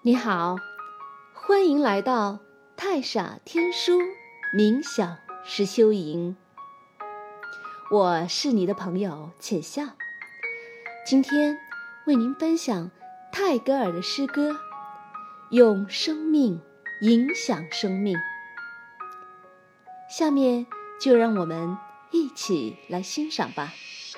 你好，欢迎来到太傻天书冥想实修营。我是你的朋友浅笑，今天为您分享泰戈尔的诗歌《用生命影响生命》。下面就让我们一起来欣赏吧。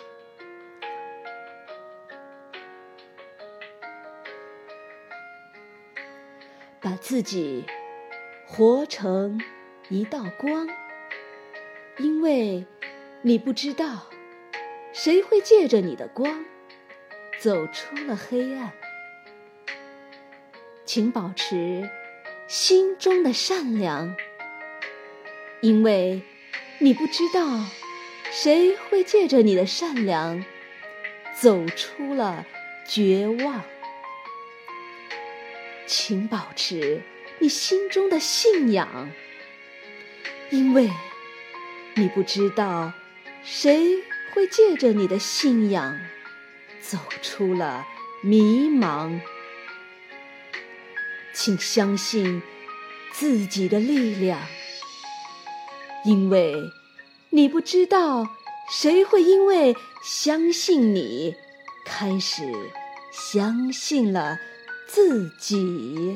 把自己活成一道光，因为你不知道谁会借着你的光走出了黑暗。请保持心中的善良，因为你不知道谁会借着你的善良走出了绝望。请保持你心中的信仰，因为你不知道谁会借着你的信仰走出了迷茫。请相信自己的力量，因为你不知道谁会因为相信你开始相信了自己。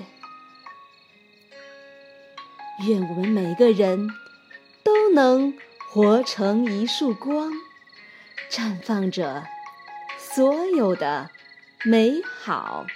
愿我们每个人都能活成一束光，绽放着所有的美好。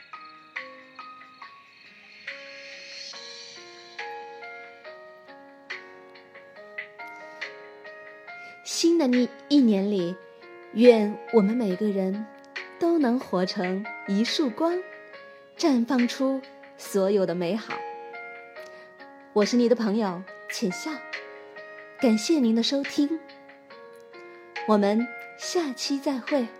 新的一年里，愿我们每个人都能活成一束光，绽放出所有的美好。我是你的朋友浅笑，感谢您的收听，我们下期再会。